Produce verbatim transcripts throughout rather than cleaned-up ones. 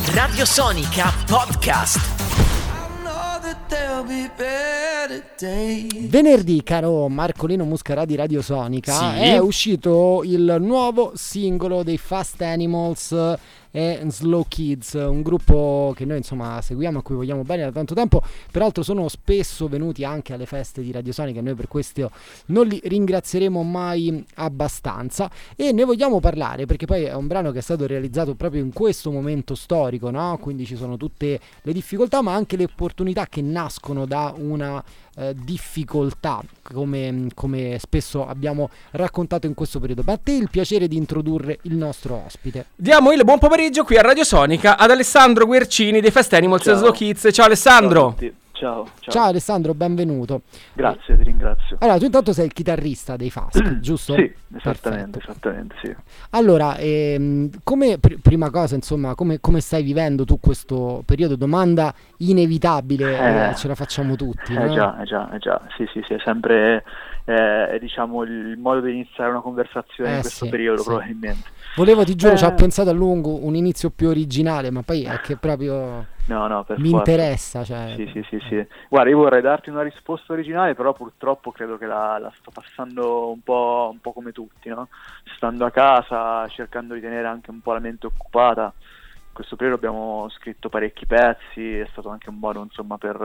Radio Sonica Podcast. Venerdì, caro Marcolino Muscarà di Radio Sonica, sì. è uscito il nuovo singolo dei Fast Animals e Slow Kids, un gruppo che noi insomma seguiamo, a cui vogliamo bene da tanto tempo. Peraltro sono spesso venuti anche alle feste di Radio Sonica e noi per questo non li ringrazieremo mai abbastanza, e ne vogliamo parlare perché poi è un brano che è stato realizzato proprio in questo momento storico, no? Quindi ci sono tutte le difficoltà ma anche le opportunità che nascono da una eh, difficoltà, come, come spesso abbiamo raccontato in questo periodo. Ma a te il piacere di introdurre il nostro ospite. Diamo il buon pomeriggio qui a Radio Sonica ad Alessandro Guercini dei Fast Animals e Slow Kids. Ciao Alessandro. Ciao, ciao, ciao. Ciao Alessandro, benvenuto. Grazie, ti ringrazio. Allora, tu intanto sei il chitarrista dei Fast, giusto? Sì, esattamente, Perfetto. esattamente, sì. Allora, ehm, come pr- prima cosa, insomma, come, come stai vivendo tu questo periodo? Domanda inevitabile, Eh, eh, ce la facciamo tutti, Eh no? già, eh già, eh già, sì, sì, sì, è sempre, eh, è, diciamo, il modo di iniziare una conversazione Eh, in questo sì, periodo, sì. probabilmente. Volevo, ti giuro, Eh. ci ho pensato a lungo, un inizio più originale, ma poi è che proprio No, no, per mi forza. interessa, cioè. Sì, sì, sì, sì. Guarda, io vorrei darti una risposta originale, però purtroppo credo che la, la sto passando un po', un po' come tutti, no? Stando a casa, cercando di tenere anche un po' la mente occupata. In questo periodo abbiamo scritto parecchi pezzi, è stato anche un modo, insomma, per,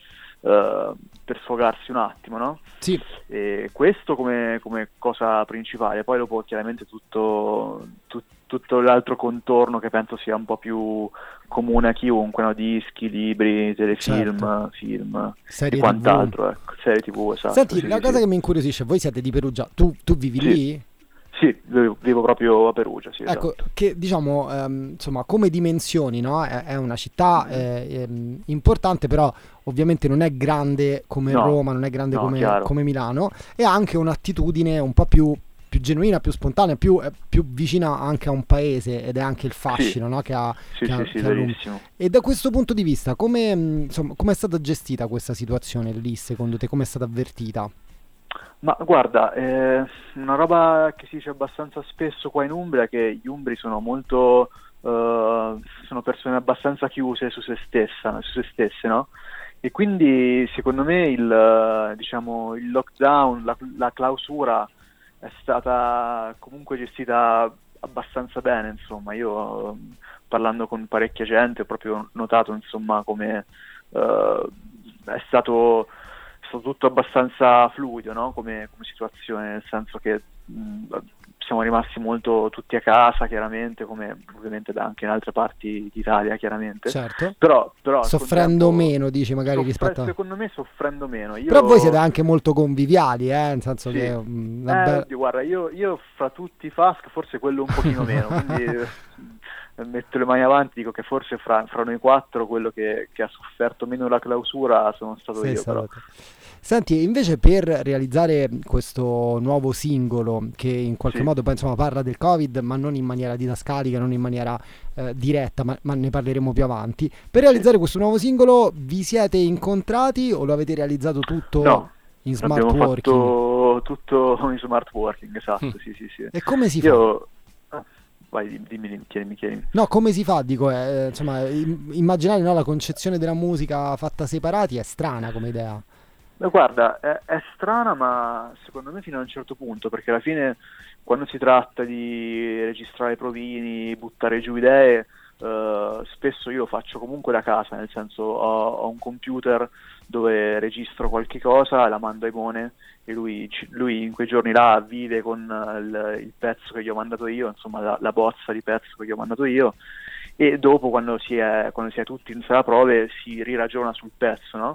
eh, per sfogarsi un attimo, no? Sì, E questo come, come cosa principale, poi dopo chiaramente tutto, tu- tutto l'altro contorno che penso sia un po' più comune a chiunque, no? Dischi, libri, telefilm, Certo. film serie e T V. quant'altro, ecco, serie tivù, esatto. Senti, sì, la sì, cosa sì. che mi incuriosisce, voi siete di Perugia, tu, tu vivi Sì. lì? Sì, vivo, vivo proprio a Perugia, sì, Ecco, esatto. che diciamo, ehm, insomma, come dimensioni, no? È, è una città eh, ehm, importante, però ovviamente non è grande come No, Roma, non è grande no, come, chiaro. come Milano, e ha anche un'attitudine un po' più, più genuina, più spontanea, più, è più vicina anche a un paese, ed è anche il fascino, no? Che ha, Sì, che ha- sì, sì, che ha Roma. verissimo. E da questo punto di vista, come, mh, insomma, come è stata gestita questa situazione lì, secondo te? Come è stata avvertita? Ma guarda, eh, una roba che si dice abbastanza spesso qua in Umbria è che gli umbri sono molto, eh, sono persone abbastanza chiuse su se stessa, su se stesse, no? E quindi secondo me il, eh, diciamo, il lockdown, la, la clausura è stata comunque gestita abbastanza bene, insomma. Io, eh, parlando con parecchia gente, ho proprio notato, insomma, come eh, è stato... è stato tutto abbastanza fluido, no? come, come situazione, nel senso che mh, siamo rimasti molto tutti a casa, chiaramente, come ovviamente da anche in altre parti d'Italia, chiaramente. Certo. Però, però al Soffrendo contempo- meno, dici, magari soffre- rispetto a... secondo me soffrendo meno. Io... Però voi siete anche molto conviviali, eh? Nel senso Sì. che... mh, una Eh, be- oddio, guarda, io, io fra tutti i F A S C forse quello un pochino meno, quindi eh, metto le mani avanti, dico che forse fra, fra noi quattro quello che, che ha sofferto meno la clausura sono stato Sei io, stato però. te. Senti, invece per realizzare questo nuovo singolo che in qualche Sì. modo poi, insomma, parla del Covid, ma non in maniera didascalica, non in maniera eh, diretta, ma, ma ne parleremo più avanti. Per realizzare questo nuovo singolo vi siete incontrati o lo avete realizzato tutto No, in smart Abbiamo working? fatto tutto in smart working, esatto, Mm. sì, sì, sì. E come si fa? Io... ah, vai, dimmi, dimmi, chiedimi, chiedimi. No, come si fa? Dico, eh, insomma, im- immaginare, no, la concezione della musica fatta separati è strana come idea. Beh, guarda, è, è strana, ma secondo me fino a un certo punto, perché alla fine quando si tratta di registrare provini, buttare giù idee, eh, spesso io lo faccio comunque da casa, nel senso ho, ho un computer dove registro qualche cosa, la mando a Imone e lui, ci- lui in quei giorni là vive con eh, il, il pezzo che gli ho mandato io, insomma la, la bozza di pezzo che gli ho mandato io, e dopo quando si è, quando si è tutti in sala prove si riragiona sul pezzo, no?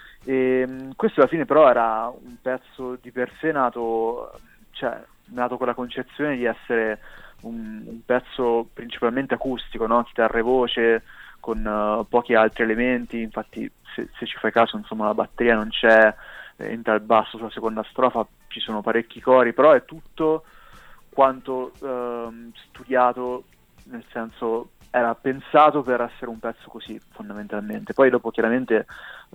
E, mh, questo alla fine però era un pezzo di per sé nato, cioè, nato con la concezione di essere un, un pezzo principalmente acustico, no? Chitarra e voce, con uh, pochi altri elementi. Infatti se, se ci fai caso, insomma, la batteria non c'è, eh, entra il basso sulla seconda strofa, ci sono parecchi cori, però è tutto quanto ehm, studiato, nel senso era pensato per essere un pezzo così, fondamentalmente. Poi dopo chiaramente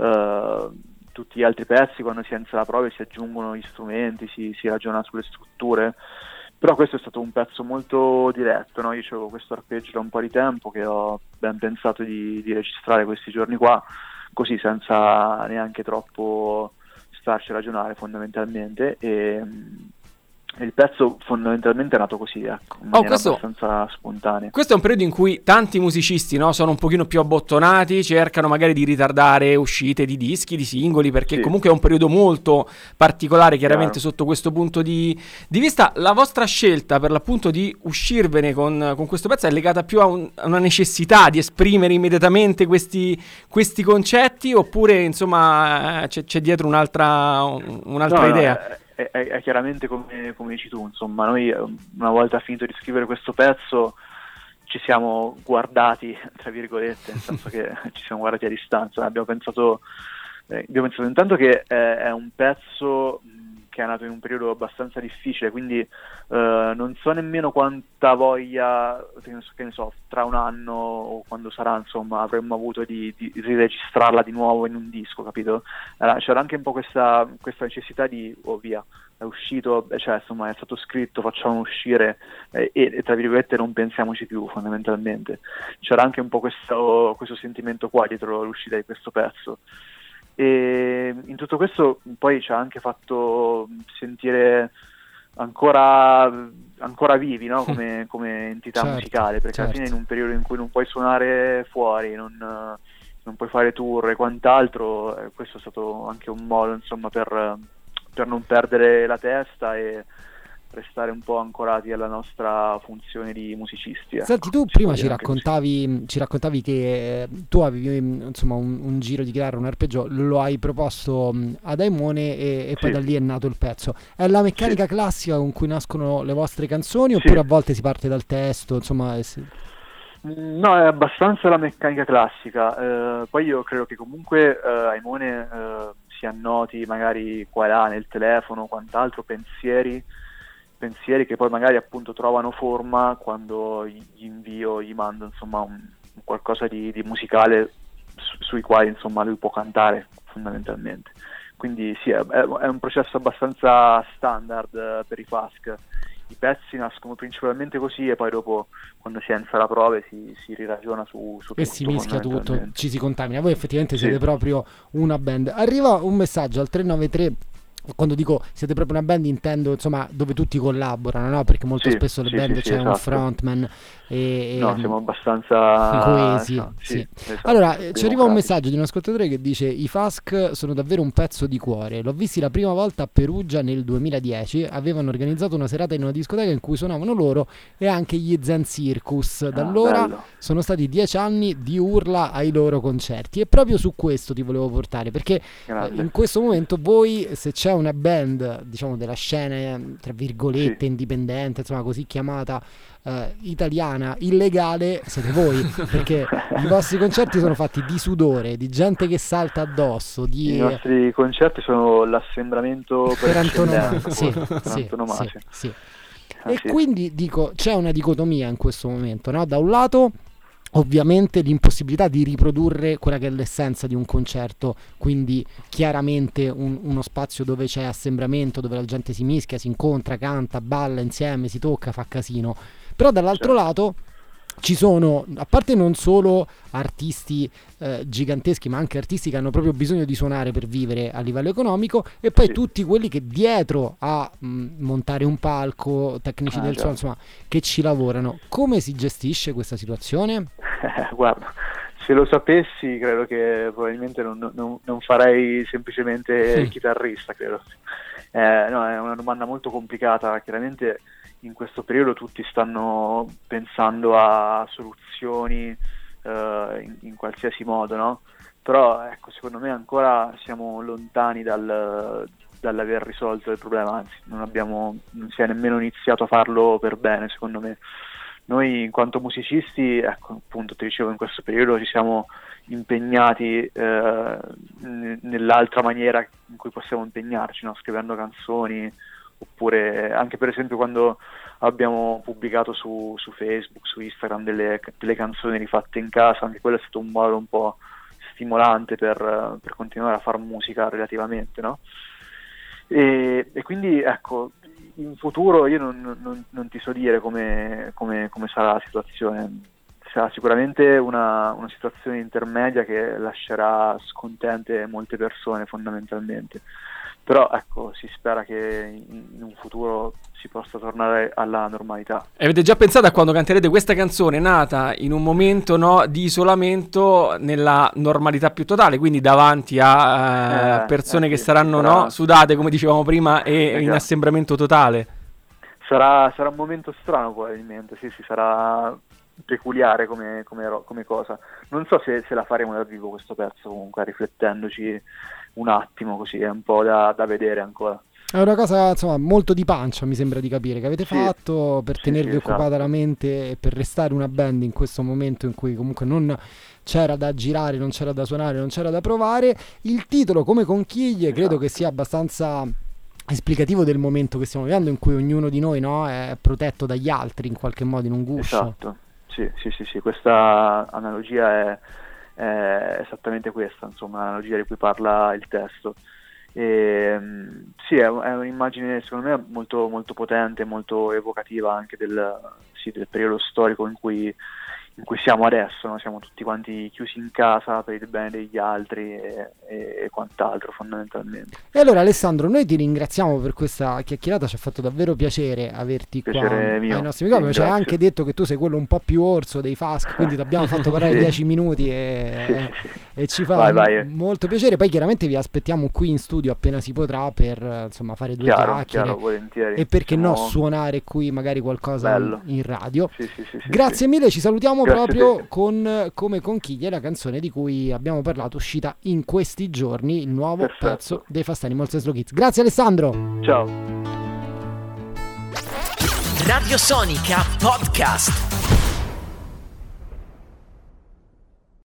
eh, tutti gli altri pezzi, quando si entra alla prova, si aggiungono gli strumenti, si, si ragiona sulle strutture, Però questo è stato un pezzo molto diretto, no? Io avevo questo arpeggio da un po' di tempo che ho ben pensato di, di registrare questi giorni qua, così senza neanche troppo starci a ragionare fondamentalmente, e il pezzo fondamentalmente è nato così, ecco, in Oh, maniera questo- abbastanza spontanea. Questo è un periodo in cui tanti musicisti, no, sono un pochino più abbottonati, cercano magari di ritardare uscite di dischi, di singoli, perché Sì. comunque è un periodo molto particolare, chiaramente, Chiaro. sotto questo punto di, di vista. La vostra scelta per l'appunto di uscirvene con, con questo pezzo è legata più a, un- a una necessità di esprimere immediatamente questi, questi concetti, oppure insomma c'è, c'è dietro un'altra, un- un'altra No, no, idea? è, è- è chiaramente come, come dici tu, insomma, noi eh, una volta finito di scrivere questo pezzo ci siamo guardati, tra virgolette, nel senso che ci siamo guardati a distanza, abbiamo pensato, eh, abbiamo pensato intanto che eh, è un pezzo mh, che è nato in un periodo abbastanza difficile, quindi eh, non so nemmeno quanta voglia, che ne so, che ne so, tra un anno o quando sarà, insomma, avremmo avuto di, di riregistrarla di nuovo in un disco, capito? Era- c'era anche un po' questa, questa necessità di, oh via, è uscito, eh, cioè insomma è stato scritto, facciamo uscire eh, e, e tra virgolette non pensiamoci più, fondamentalmente. C'era anche un po' questo, questo sentimento qua dietro l'uscita di questo pezzo. E in tutto questo poi ci ha anche fatto sentire ancora, ancora vivi, no? come, come entità Certo, musicale, perché alla certo. fine in un periodo in cui non puoi suonare fuori, non, eh, non puoi fare tour e quant'altro, eh, questo è stato anche un modo, insomma, per, per non perdere la testa e restare un po' ancorati alla nostra funzione di musicisti. Ecco. Senti, tu Si prima può ci dire anche così. raccontavi, ci raccontavi che eh, tu avevi mh, insomma un, un giro di chitarra, un arpeggio, lo hai proposto mh, ad Aimone e, e poi Sì. da lì è nato il pezzo. È la meccanica Sì. classica con cui nascono le vostre canzoni, Sì. oppure a volte si parte dal testo, insomma... eh, sì. No, è abbastanza la meccanica classica. Eh, poi io credo che comunque eh, Aimone eh, si annoti magari qua e là nel telefono, quant'altro, pensieri, pensieri che poi magari appunto trovano forma quando gli invio, gli mando insomma un, un qualcosa di, di musicale su- sui quali insomma lui può cantare fondamentalmente. Quindi sì, è, è un processo abbastanza standard eh, per i F A S C. I pezzi nascono principalmente così e poi dopo, quando si è in sala prove, si, si riragiona su, su E tutto. si mischia tutto, fondamentalmente. ci si contamina. Voi effettivamente Sì. siete proprio una band. Arriva un messaggio al tre nove tre. Quando dico siete proprio una band intendo insomma dove tutti collaborano, no? Perché molto Sì, spesso le sì, band sì, sì, c'è un esatto. frontman e, e- No, siamo abbastanza coesi, esatto, sì. esatto, Allora, eh, ci arriva un democratici. messaggio di un ascoltatore che dice: i F A S C sono davvero un pezzo di cuore. L'ho visti la prima volta a Perugia nel duemiladieci. Avevano organizzato una serata in una discoteca in cui suonavano loro e anche gli Zen Circus. Da Ah, allora bello. sono stati dieci anni di urla ai loro concerti. E proprio su questo ti volevo portare, perché eh, Grande. in questo momento voi, se c'è una band, diciamo, della scena, eh, tra virgolette, Sì. indipendente, insomma, così chiamata, eh, italiana, illegale, siete voi, perché i vostri concerti sono fatti di sudore, di gente che salta addosso, I di... nostri concerti sono l'assembramento per, per antonomasia, eccellenza, sì, forse, per sì, antonomasia. sì, sì. Ah, E sì. quindi dico, c'è una dicotomia in questo momento, no? Da un lato ovviamente l'impossibilità di riprodurre quella che è l'essenza di un concerto, quindi chiaramente un- uno spazio dove c'è assembramento, dove la gente si mischia, si incontra, canta, balla insieme, si tocca, fa casino. Però dall'altro Certo. lato ci sono, a parte non solo artisti eh, giganteschi, ma anche artisti che hanno proprio bisogno di suonare per vivere a livello economico, e poi Sì. tutti quelli che dietro a mh, montare un palco, tecnici Ah, del suono, certo. insomma, che ci lavorano. Come si gestisce questa situazione? Guarda, se lo sapessi credo che probabilmente non, non- non farei semplicemente il chitarrista, credo. Eh, no, è una domanda molto complicata. Chiaramente in questo periodo tutti stanno pensando a soluzioni eh, in, in qualsiasi modo, no? Però ecco, secondo me ancora siamo lontani dal, dall'aver risolto il problema, anzi non abbiamo, non si è nemmeno iniziato a farlo per bene, secondo me. Noi in quanto musicisti, ecco, appunto ti dicevo, in questo periodo ci siamo impegnati eh, n- nell'altra maniera in cui possiamo impegnarci, no? Scrivendo canzoni, oppure anche per esempio quando abbiamo pubblicato su, su Facebook, su Instagram delle, delle canzoni rifatte in casa, anche quello è stato un modo un po' stimolante per, per continuare a fare musica relativamente, no? E, e quindi ecco, in futuro io non, non, non ti so dire come, come, come sarà la situazione. Sarà sicuramente una, una situazione intermedia che lascerà scontente molte persone fondamentalmente, però ecco, si spera che in, in un futuro si possa tornare alla normalità. E avete già pensato a quando canterete questa canzone nata in un momento, no, di isolamento nella normalità più totale, quindi davanti a uh, persone eh, che sì, saranno sarà... no, sudate come dicevamo prima e esatto. in assembramento totale? Sarà, sarà un momento strano probabilmente, sì, sì, sarà peculiare come, come, come cosa. Non so se, se la faremo dal vivo questo pezzo, comunque riflettendoci un attimo, così è un po' da, da vedere ancora. È una cosa insomma molto di pancia, mi sembra di capire, che avete sì. fatto per tenervi sì, sì, occupata esatto. la mente e per restare una band in questo momento in cui comunque non c'era da girare, non c'era da suonare, non c'era da provare. Il titolo, Come conchiglie, esatto. credo che sia abbastanza esplicativo del momento che stiamo vivendo, in cui ognuno di noi, no, è protetto dagli altri in qualche modo, in un guscio. Esatto. Sì, sì, sì, sì, questa analogia è, è esattamente questa, insomma, l'analogia di cui parla il testo. E, sì, è, è un'immagine secondo me molto, molto potente, molto evocativa anche del, sì, del periodo storico in cui, in cui siamo adesso, no? Siamo tutti quanti chiusi in casa per il bene degli altri e, e, e quant'altro fondamentalmente. E allora Alessandro, noi ti ringraziamo per questa chiacchierata, ci ha fatto davvero piacere averti piacere qua mio. ai nostri microfoni, ci hai anche detto che tu sei quello un po' più orso dei Fask, quindi ti abbiamo fatto parlare sì. dieci minuti e, sì, sì, sì. e ci fa vai, vai. molto piacere. Poi chiaramente vi aspettiamo qui in studio appena si potrà per insomma fare due chiaro, chiacchiere chiaro, volentieri. E perché Siamo... no suonare qui magari qualcosa in, in radio. Sì, sì, sì, sì, grazie sì. mille, ci salutiamo grazie proprio con Come conchiglie, la canzone di cui abbiamo parlato, uscita in questi giorni, il nuovo Perfetto. pezzo dei Fast Animals e Slow Kids. Grazie Alessandro. Ciao. Radio Sonica Podcast.